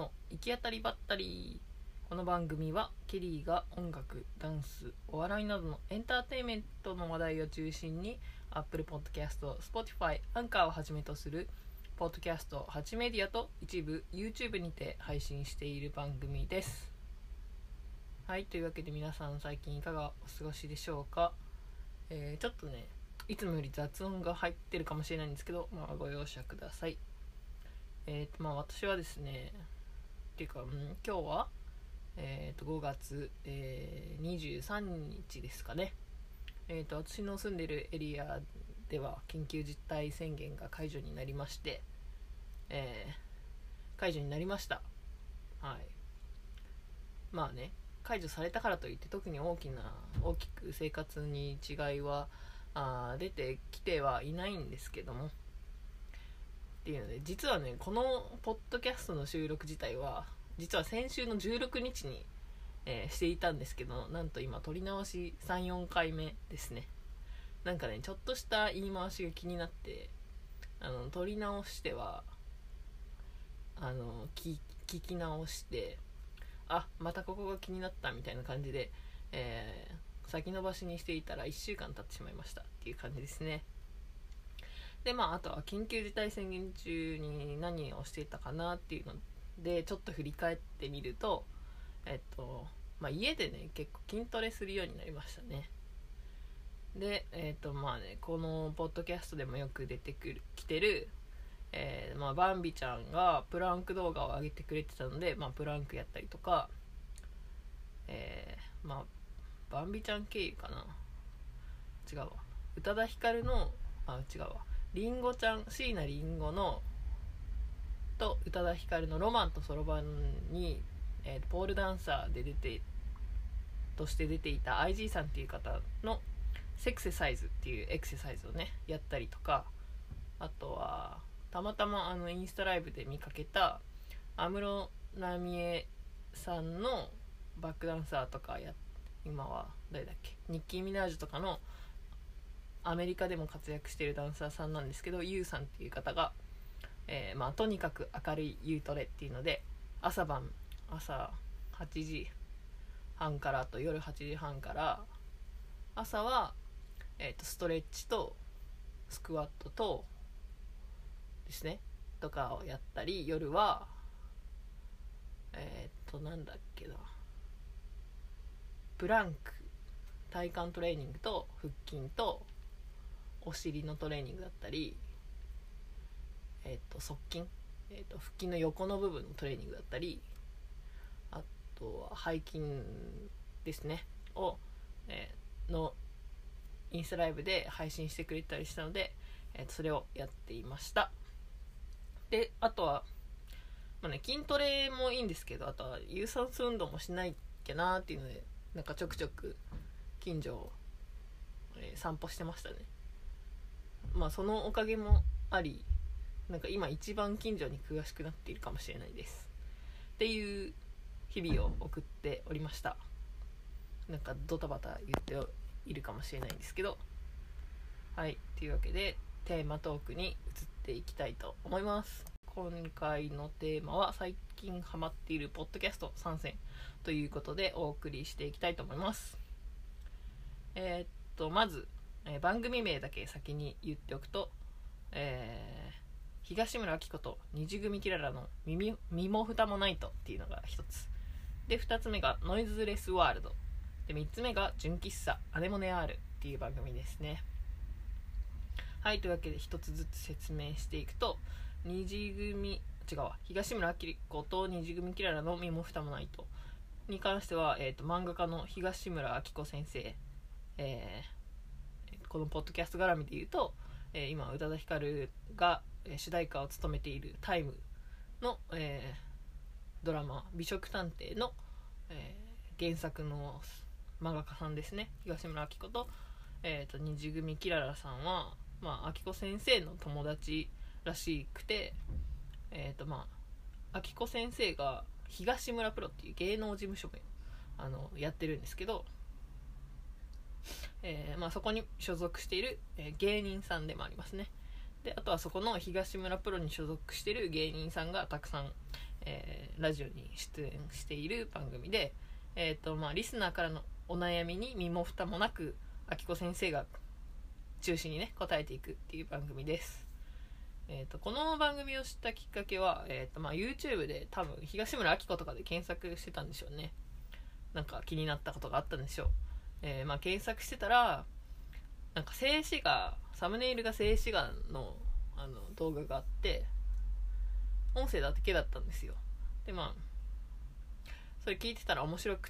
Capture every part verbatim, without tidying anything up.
の行き当たりばったり。この番組はケリーが音楽、ダンス、お笑いなどのエンターテインメントの話題を中心に Apple Podcast、Spotify、アンカーをはじめとするポッドキャストはちメディアと一部 YouTube にて配信している番組です。はい、というわけで皆さん最近いかがお過ごしでしょうか。えー、ちょっとねいつもより雑音が入ってるかもしれないんですけど、まあ、ご容赦ください。えーとまあ私はですねっていうか、うん、今日はえーとごがつ、えー、にじゅうさんにちですかね。えーと私の住んでるエリアでは緊急事態宣言が解除になりまして、えー、解除になりました。はい。まあね、解除されたからといって特に大きな大きく生活に違いはあ出てきてはいないんですけども、っていうので、実はねこのポッドキャストの収録自体は実は先週のじゅうろくにちに、えー、していたんですけど、なんと今撮り直し さん,よん 回目ですね。なんかねちょっとした言い回しが気になって、あの撮り直してはあの 聞, 聞き直してあまたここが気になったみたいな感じで、えー、先延ばしにしていたらいっしゅうかん経ってしまいましたっていう感じですね。でまああとは緊急事態宣言中に何をしていたかなっていうのでちょっと振り返ってみると、えっとまあ家でね結構筋トレするようになりましたね。でえっとまあねこのポッドキャストでもよく出てくるきてる、えーまあ、バンビちゃんがプランク動画を上げてくれてたので、まあ、プランクやったりとか、えー、まあバンビちゃん経由かな、違うわ、宇多田ヒカルのあ違うわリンゴちゃん椎名林檎のと宇多田ヒカルのロマンとそろばんに、えー、ポールダンサーで出てとして出ていた アイジー さんっていう方のセクセサイズっていうエクササイズをねやったりとか、あとはたまたまあのインスタライブで見かけた安室奈美恵さんのバックダンサーとかや今は誰だっけニッキー・ミナージュとかのアメリカでも活躍しているダンサーさんなんですけど、ユウさんっていう方がえーまあ、とにかく明るいユートレっていうので朝晩朝はちじはんからと夜はちじはんから朝は、えー、とストレッチとスクワットとですねとかをやったり、夜はえっ、ー、となんだっけなプランク体幹トレーニングと腹筋とお尻のトレーニングだったり、えー、と側筋、えー、と腹筋の横の部分のトレーニングだったり、あとは背筋ですねを、えー、のインスタライブで配信してくれたりしたので、えー、とそれをやっていました。であとは、まあね、筋トレもいいんですけど、あとは有酸素運動もしないっけなっていうので、なんかちょくちょく近所を、えー、散歩してましたね。まあそのおかげもあり、なんか今一番近所に詳しくなっているかもしれないですっていう日々を送っておりました。なんかドタバタ言っているかもしれないんですけど、はい、というわけでテーマトークに移っていきたいと思います。今回のテーマは最近ハマっているポッドキャスト参戦ということでお送りしていきたいと思います。えー、っとまず、えー、番組名だけ先に言っておくと、えー東村明子と二次組キララの耳身も蓋もないとっていうのが一つで、二つ目がノイズレスワールドで、三つ目が純喫茶アネモネアールっていう番組ですね。はい、というわけで一つずつ説明していくと、二次組違うわ東村明子と二次組キララの身も蓋もないとに関しては、えー、と漫画家の東村明子先生、えー、このポッドキャスト絡みで言うと、えー、今宇多田ヒカルが主題歌を務めているタイムの、えー、ドラマ美食探偵の、えー、原作の漫画家さんですね、東村明子と、えー、と二次組キララさんは、まあ、明子先生の友達らしくて、えーとまあ、明子先生が東村プロっていう芸能事務所であのやってるんですけど、えーまあ、そこに所属している、えー、芸人さんでもありますね。であとはそこの東村プロに所属している芸人さんがたくさん、 えー、ラジオに出演している番組で、えーとまあ、リスナーからのお悩みに身も蓋もなくあきこ先生が中心にね答えていくっていう番組です。えーとこの番組を知ったきっかけは、えーとまあ、YouTube で多分東村あきことかで検索してたんでしょうね。なんか気になったことがあったんでしょう。えーまあ、検索してたらなんか静止画サムネイルが静止画の、あの動画があって音声だけだったんですよ。でまあそれ聞いてたら面白くって、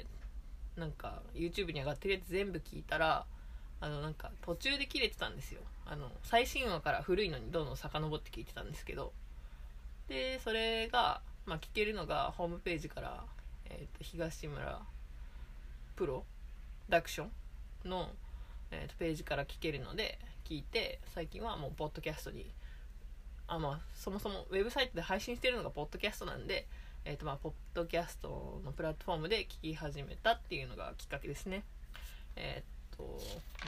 なんか YouTube に上がってるやつ全部聞いたら、あのなんか途中で切れてたんですよ。あの最新話から古いのにどんどん遡って聞いてたんですけど、でそれが、まあ、聞けるのがホームページから、えー、と東村プロダクションの、えー、とページから聞けるので聞いて、最近はもうポッドキャストにあ、まあ、そもそもウェブサイトで配信してるのがポッドキャストなんで、えーとまあ、ポッドキャストのプラットフォームで聞き始めたっていうのがきっかけですね。えっ、ー、と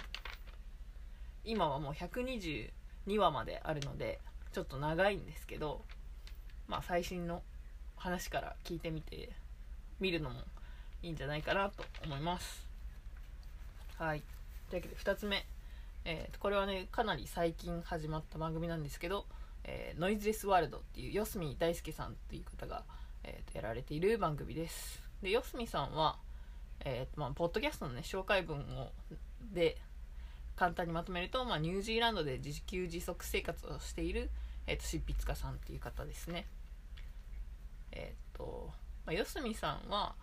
今はもうひゃくにじゅうにわまであるのでちょっと長いんですけど、まあ、最新の話から聞いてみてみるのもいいんじゃないかなと思います。はい、というわけでふたつめ、えー、これはねかなり最近始まった番組なんですけど、えー、ノイズレスワールドっていう四隅大輔さんっていう方が、えー、とやられている番組です。で四隅さんは、えーとまあ、ポッドキャストのね紹介文をで簡単にまとめると、まあ、ニュージーランドで自給自足生活をしている、えー、と執筆家さんっていう方ですね。えっ、ー、と、まあ、四隅さんは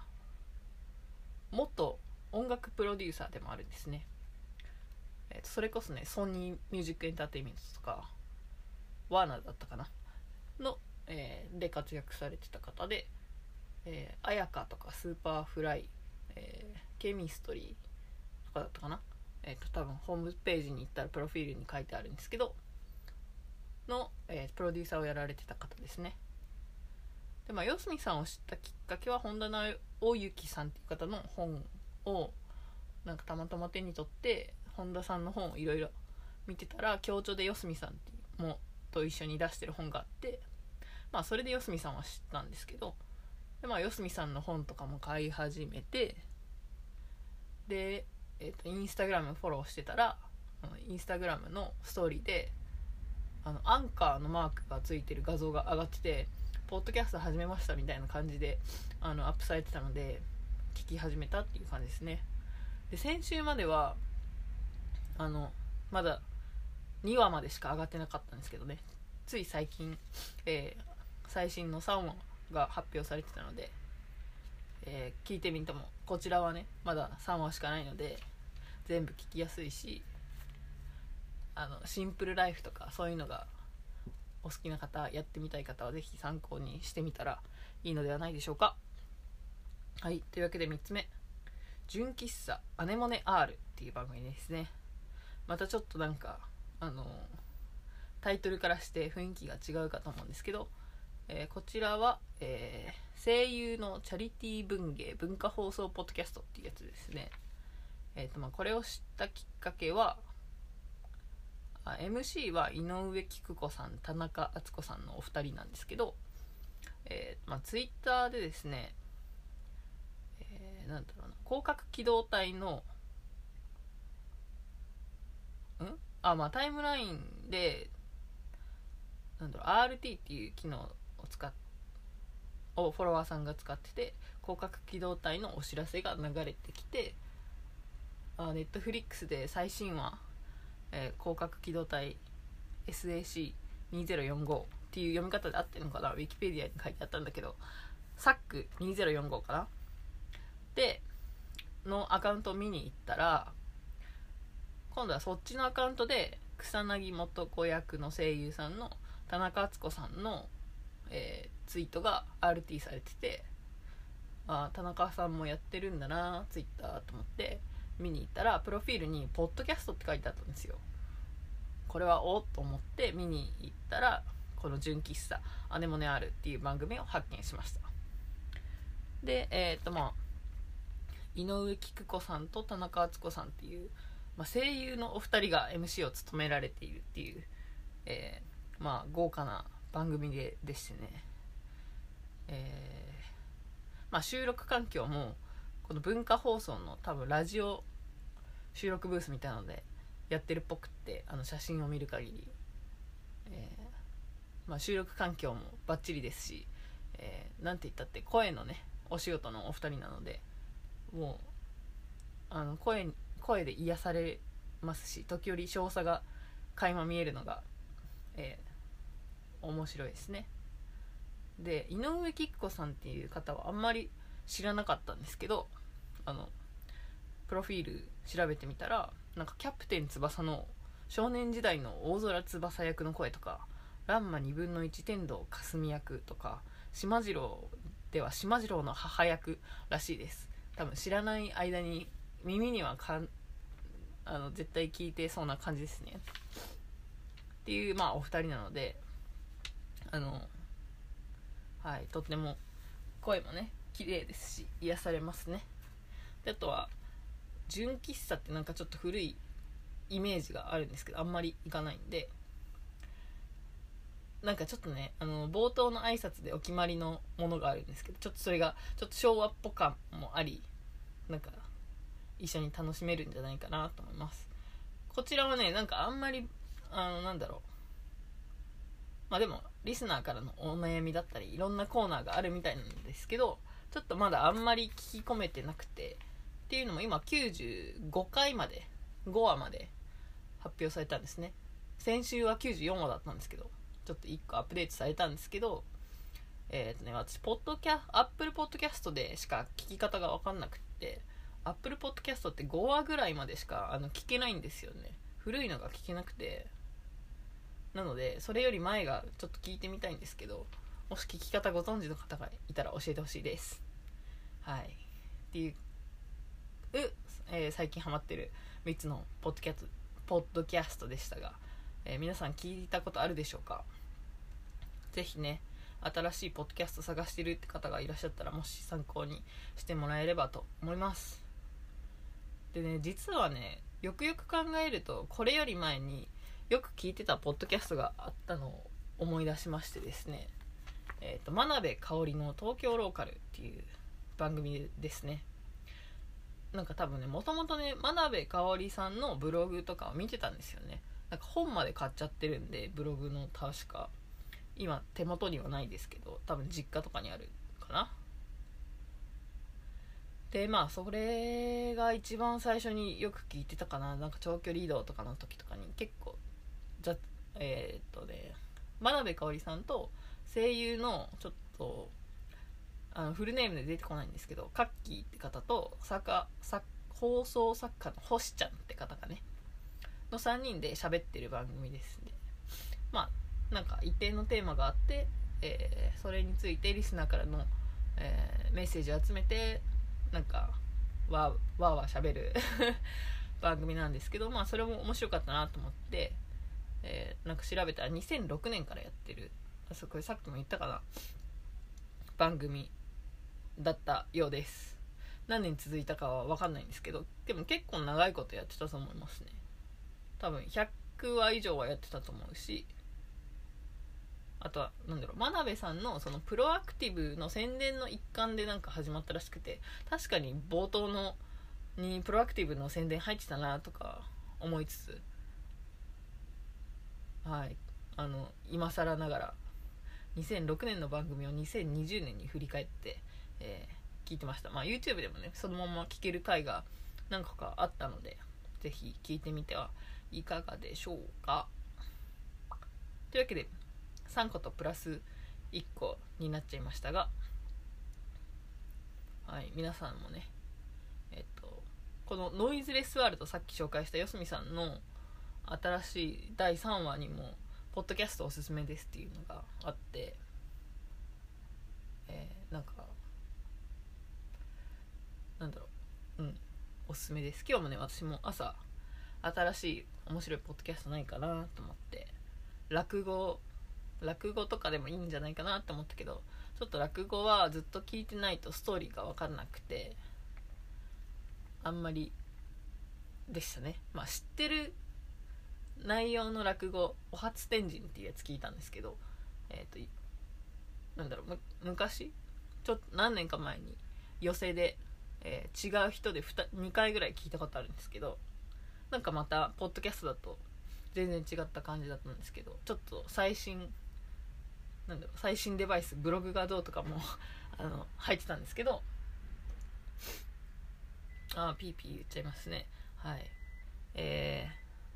元音楽プロデューサーでもあるんですね。えー、とそれこそねソニーミュージックエンターテインメントとかワーナーだったかなの、えー、で活躍されてた方で、えー、綾香とかスーパーフライ、えー、ケミストリーとかだったかな、えー、と多分ホームページに行ったらプロフィールに書いてあるんですけどの、えー、プロデューサーをやられてた方ですね。で、まあ、四隅さんを知ったきっかけは本田直之さんっていう方の本をなんかたまたま手に取って本田さんの本をいろいろ見てたら共著で四隅さんっていうもと一緒に出してる本があって、まあ、それで四隅さんは知ったんですけど、で、まあ、四隅さんの本とかも買い始めて、で、えーと、インスタグラムフォローしてたらインスタグラムのストーリーであのアンカーのマークがついてる画像が上がってて、ポッドキャスト始めましたみたいな感じであのアップされてたので聞き始めたっていう感じですね。で先週まではあのまだにわまでしか上がってなかったんですけどね、つい最近、えー、最新のさんわが発表されてたので、えー、聞いてみてもこちらはねまださんわしかないので全部聞きやすいし、あのシンプルライフとかそういうのがお好きな方、やってみたい方はぜひ参考にしてみたらいいのではないでしょうか。はい、というわけでみっつめ、純喫茶アネモネ R っていう番組ですね。またちょっとなんかあのタイトルからして雰囲気が違うかと思うんですけど、えー、こちらは、えー、声優のチャリティー文芸文化放送ポッドキャストっていうやつですね。えーとまあ、これを知ったきっかけはエムシー は井上菊子さん田中敦子さんのお二人なんですけど、えーまあ、ツイッターでですね、えー、なんだろうな広角機動隊のんあまあタイムラインでなんだろう アールティー っていう機能を使っをフォロワーさんが使ってて、広角機動隊のお知らせが流れてきて、あネットフリックスで最新話えー、広角機動隊 エスエーシーにせんよんじゅうご っていう読み方で合ってるのかな、ウィキペディアに書いてあったんだけど サックにせんよんじゅうご かなでのアカウントを見に行ったら、今度はそっちのアカウントで草薙素子役の声優さんの田中敦子さんの、えー、ツイートが アールティー されてて、あ田中さんもやってるんだなツイッターと思って見に行ったら、プロフィールにポッドキャストって書いてあったんですよ。これはおっと思って見に行ったら、この純喫茶アネモネ R っていう番組を発見しました。でえっ、ー、とまあ井上菊子さんと田中敦子さんっていう、まあ、声優のお二人が エムシー を務められているっていう、えー、まあ豪華な番組ででしてね、 えーまあ、収録環境もこの文化放送の多分ラジオ収録ブースみたいなのでやってるっぽくって、あの写真を見る限り、えーまあ、収録環境もバッチリですし、えー、なんて言ったって声のねお仕事のお二人なので、もうあの 声, 声で癒されますし、時折少佐が垣間見えるのが、えー、面白いですね。で、井上貴子さんっていう方はあんまり知らなかったんですけど、あのプロフィール調べてみたら、なんかキャプテン翼の少年時代の大空翼役の声とか、ランマにぶんのいち天童霞役とか、島次郎では島次郎の母役らしいです。多分知らない間に耳にはかんあの絶対聞いてそうな感じですねっていう、まあお二人なので、あのはい、とっても声もね綺麗ですし癒されますね。で、あとは純喫茶ってなんかちょっと古いイメージがあるんですけど、あんまり行かないんで、なんかちょっとね、あの冒頭の挨拶でお決まりのものがあるんですけど、ちょっとそれがちょっと昭和っぽ感もあり、なんか一緒に楽しめるんじゃないかなと思います。こちらはね、なんかあんまりあのなんだろう、まあでもリスナーからのお悩みだったりいろんなコーナーがあるみたいなんですけど、ちょっとまだあんまり聞き込めてなくて、っていうのも今きゅうじゅうごかいまでごわまで発表されたんですね。先週はきゅうじゅうよんわだったんですけど、ちょっといっこアップデートされたんですけど、えーとね、私ポッドキャアップルポッドキャストでしか聞き方が分かんなくって、アップルポッドキャストってごわぐらいまでしかあの聞けないんですよね。古いのが聞けなくて、なのでそれより前がちょっと聞いてみたいんですけど、もし聞き方ご存知の方がいたら教えてほしいです。はい、っていう、えー、最近ハマってるみっつのポッドキャストポッドキャストでしたが、えー、皆さん聞いたことあるでしょうか。ぜひね、新しいポッドキャスト探してるって方がいらっしゃったら、もし参考にしてもらえればと思います。でね、実はね、よくよく考えるとこれより前によく聞いてたポッドキャストがあったのを思い出しましてですね、えーと、真鍋かおりの東京ローカルっていう番組ですね。なんか多分ね、もともとね、真鍋かおりさんのブログとかを見てたんですよね。なんか本まで買っちゃってるんで、ブログの確か今手元にはないですけど、多分実家とかにあるかな。で、まあそれが一番最初によく聞いてたかな。なんか長距離移動とかの時とかに結構じゃえー、っとね真鍋かおりさんと声優のちょっとあのフルネームで出てこないんですけど、カッキーって方と作家作放送作家の星ちゃんって方がねのさんにんで喋ってる番組ですね。まあなんか一定のテーマがあって、えー、それについてリスナーからの、えー、メッセージを集めてなんかわーわーわー喋る番組なんですけど、まあそれも面白かったなと思って、えー、なんか調べたらにせんろくねんからやってる、あそこさっきも言ったかな、番組だったようです。何年続いたかは分かんないんですけど、でも結構長いことやってたと思いますね。多分ひゃくわ以上はやってたと思うし、あとはなんだろう、真鍋さんのそのプロアクティブの宣伝の一環でなんか始まったらしくて、確かに冒頭のにプロアクティブの宣伝入ってたなとか思いつつ、はい、あの今更ながらにせんろくねんの番組をにせんにじゅうねんに振り返って、えー、聞いてました。まあ YouTube でもねそのまま聞ける回が何個かあったので、ぜひ聞いてみてはいかがでしょうか。というわけでさんことプラスいっこになっちゃいましたが、はい、皆さんもね、えっとこのノイズレスワールド、さっき紹介したよすみさんの新しいだいさんわにもポッドキャストおすすめですっていうのがあって、えー、なんかなんだろう、うんおすすめです。今日もね私も朝新しい面白いポッドキャストないかなと思って、落語落語とかでもいいんじゃないかなと思ったけど、ちょっと落語はずっと聞いてないとストーリーが分かんなくてあんまりでしたね。まあ知ってる内容の落語、お初天神っていうやつ聞いたんですけど、えーとなんだろうむ昔ちょっと何年か前に寄席で、えー、違う人で 2, にかいぐらい聞いたことあるんですけど、なんかまたポッドキャストだと全然違った感じだったんですけど、ちょっと最新なんだろう最新デバイスブログがどうとかもあの入ってたんですけど、あーピーピー言っちゃいますね。はいえ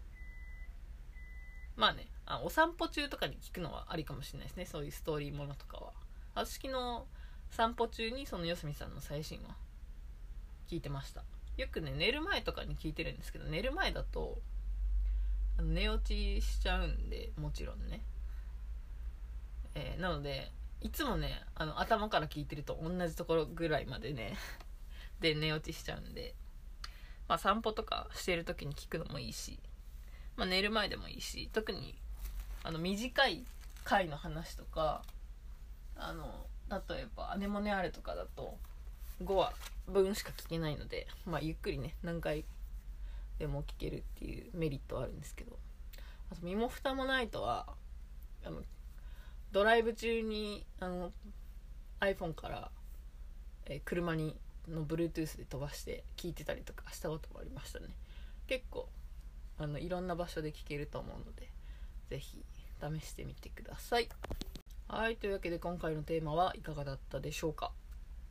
ー、まあねあお散歩中とかに聞くのはありかもしれないですね。そういうストーリーものとかは私昨日散歩中にそのよすみさんの最新話聞いてました。よくね寝る前とかに聞いてるんですけど、寝る前だと寝落ちしちゃうんで、もちろんね、えー、なのでいつもねあの頭から聞いてると同じところぐらいまでねで寝落ちしちゃうんで、まあ、散歩とかしてる時に聞くのもいいし、まあ、寝る前でもいいし、特にあの短い回の話とか、あの例えばアネモネアレとかだとごわぶんしか聞けないので、まあ、ゆっくりね何回でも聞けるっていうメリットはあるんですけど、あと身も蓋もないとはあのドライブ中にあの iPhone から、えー、車にの Bluetooth で飛ばして聞いてたりとかしたこともありましたね。結構あのいろんな場所で聞けると思うので、ぜひ試してみてください。はい、というわけで今回のテーマはいかがだったでしょうか。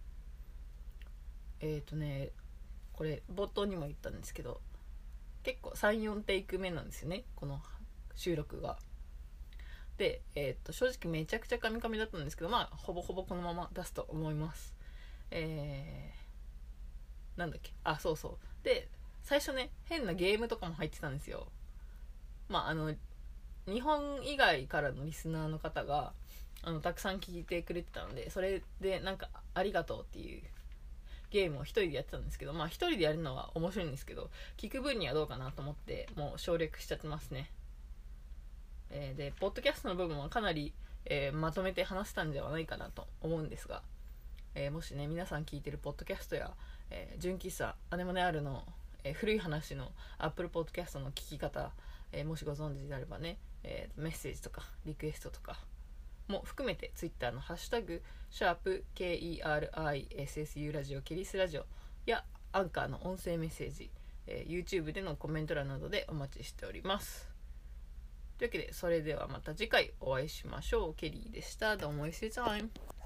えっとねこれ冒頭にも言ったんですけど、結構 さん,よん テイク目なんですよね、この収録が。で、えー、と正直めちゃくちゃカミカミだったんですけど、まあほぼほぼこのまま出すと思います。えー、なんだっけあそうそうで最初ね変なゲームとかも入ってたんですよ。まああの日本以外からのリスナーの方があのたくさん聞いてくれてたので、それでなんかありがとうっていうゲームを一人でやってたんですけど、まあ一人でやるのは面白いんですけど、聞く分にはどうかなと思ってもう省略しちゃってますね。えー、でポッドキャストの部分はかなり、えー、まとめて話したんではないかなと思うんですが、えー、もしね皆さん聞いてるポッドキャストや、えー、純喫茶アネモネアルの、えー、古い話のアップルポッドキャストの聞き方、えー、もしご存知であればね、えー、メッセージとかリクエストとかも含めてツイッターのハッシュタグシャープ ケーイーアールアイエスエスユー ラジオケリスラジオやアンカーの音声メッセージ、えー、YouTube でのコメント欄などでお待ちしております。というわけでそれではまた次回お会いしましょう。ケリーでした。どうも It's your time